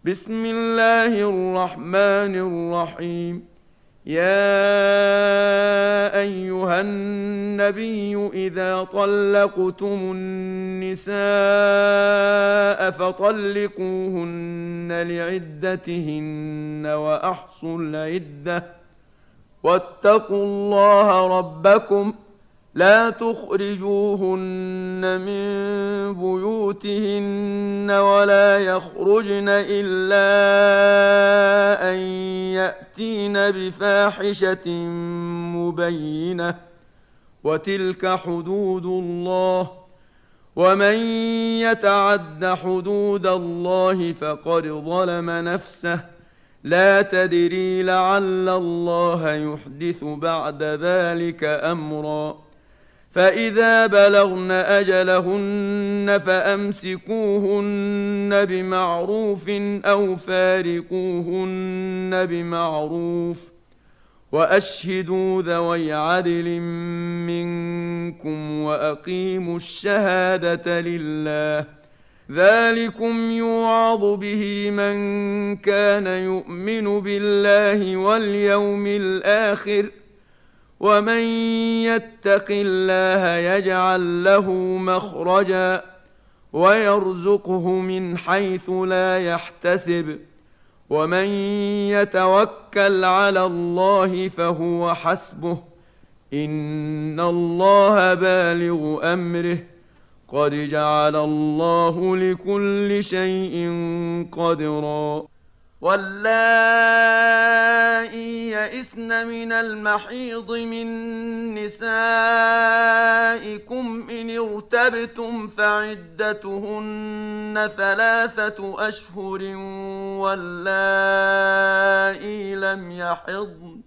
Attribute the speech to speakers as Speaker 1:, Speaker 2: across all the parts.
Speaker 1: بسم الله الرحمن الرحيم. يا أيها النبي إذا طلقتم النساء فطلقوهن لعدتهن وأحصوا العدة واتقوا الله ربكم لا تخرجوهن من بيوتهن ولا يخرجن إلا أن يأتين بفاحشة مبينة وتلك حدود الله ومن يتعد حدود الله فقد ظلم نفسه لا تدري لعل الله يحدث بعد ذلك أمرا فإذا بلغن أجلهن فأمسكوهن بمعروف أو فارقوهن بمعروف وأشهدوا ذوي عدل منكم وأقيموا الشهادة لله ذلكم يوعظ به من كان يؤمن بالله واليوم الآخر ومن يتق الله يجعل له مخرجا ويرزقه من حيث لا يحتسب ومن يتوكل على الله فهو حسبه إن الله بالغ أمره قد جعل الله لكل شيء قدرا واللائي يئسن من المحيض من نسائكم إن ارتبتم فعدتهن 3 أشهر واللائي لم يحضن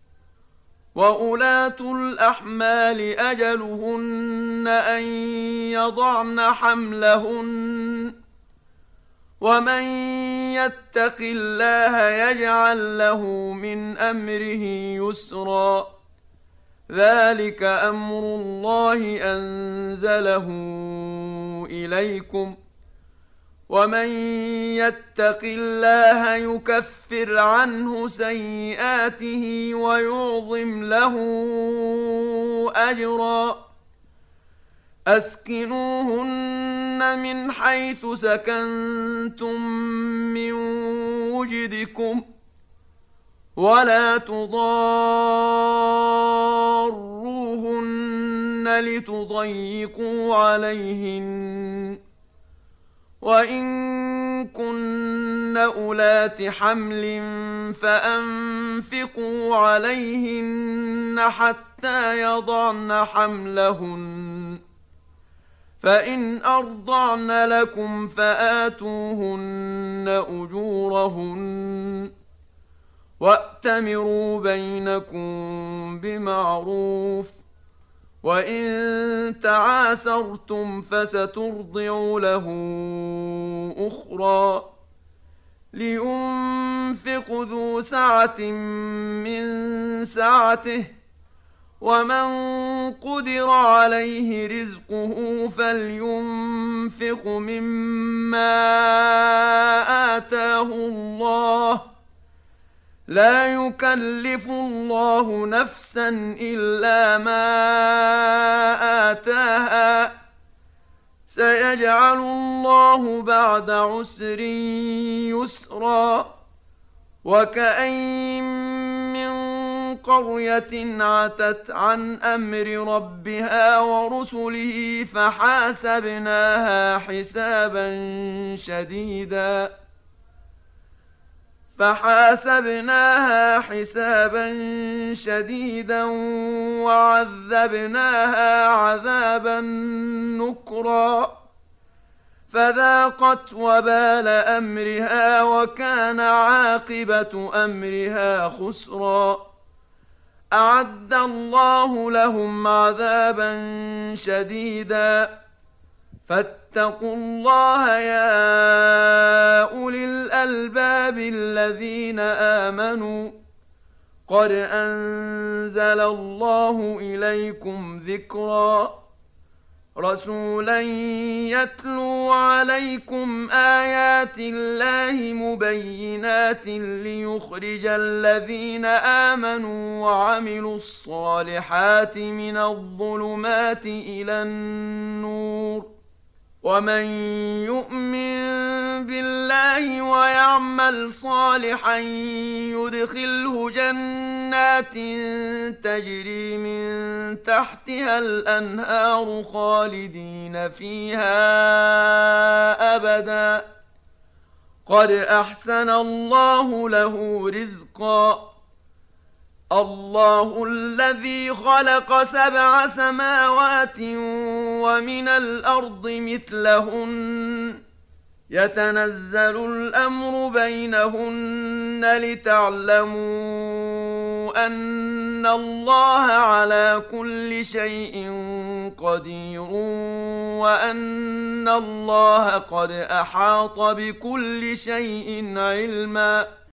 Speaker 1: وأولاة الأحمال أجلهن أن يضعن حملهن ومن يتق الله يجعل له من أمره يسرا ذلك أمر الله أنزله إليكم ومن يتق الله يكفر عنه سيئاته ويعظم له أجرا أسكنوهن من حيث سكنتم من وجدكم ولا تضاروهن لتضيقوا عليهن وإن كن أولات حمل فأنفقوا عليهن حتى يضعن حملهن فإن أرضعن لكم فآتوهن أجورهن وأتمروا بينكم بمعروف وإن تعاسرتم فسترضع له أخرى لينفق ذو سعة من سعته ومن قدر عليه رزقه فلينفق مما آتاه الله لا يكلف الله نفسا إلا ما آتاها سيجعل الله بعد عسر يسرا وكأين من قرية عتت عن أمر ربها ورسله فحاسبناها حسابا شديدا وعذبناها عذابا نكرا فذاقت وبال أمرها وكان عاقبة أمرها خسرا أعد الله لهم عذابا شديدا فاتقوا الله يا أولي الألباب الذين آمنوا قد أنزل الله إليكم ذكرا رسولا يتلو عليكم آيات الله مبينات ليخرج الذين آمنوا وعملوا الصالحات من الظلمات إلى النور ومن يؤمن بالله ويعمل صالحا يدخله جنات تجري من تحتها الأنهار خالدين فيها أبدا قد أحسن الله له رزقا الله الذي خلق 7 سماوات ومن الأرض مثلهن يتنزل الأمر بينهن لتعلموا أن الله على كل شيء قدير وأن الله قد أحاط بكل شيء علما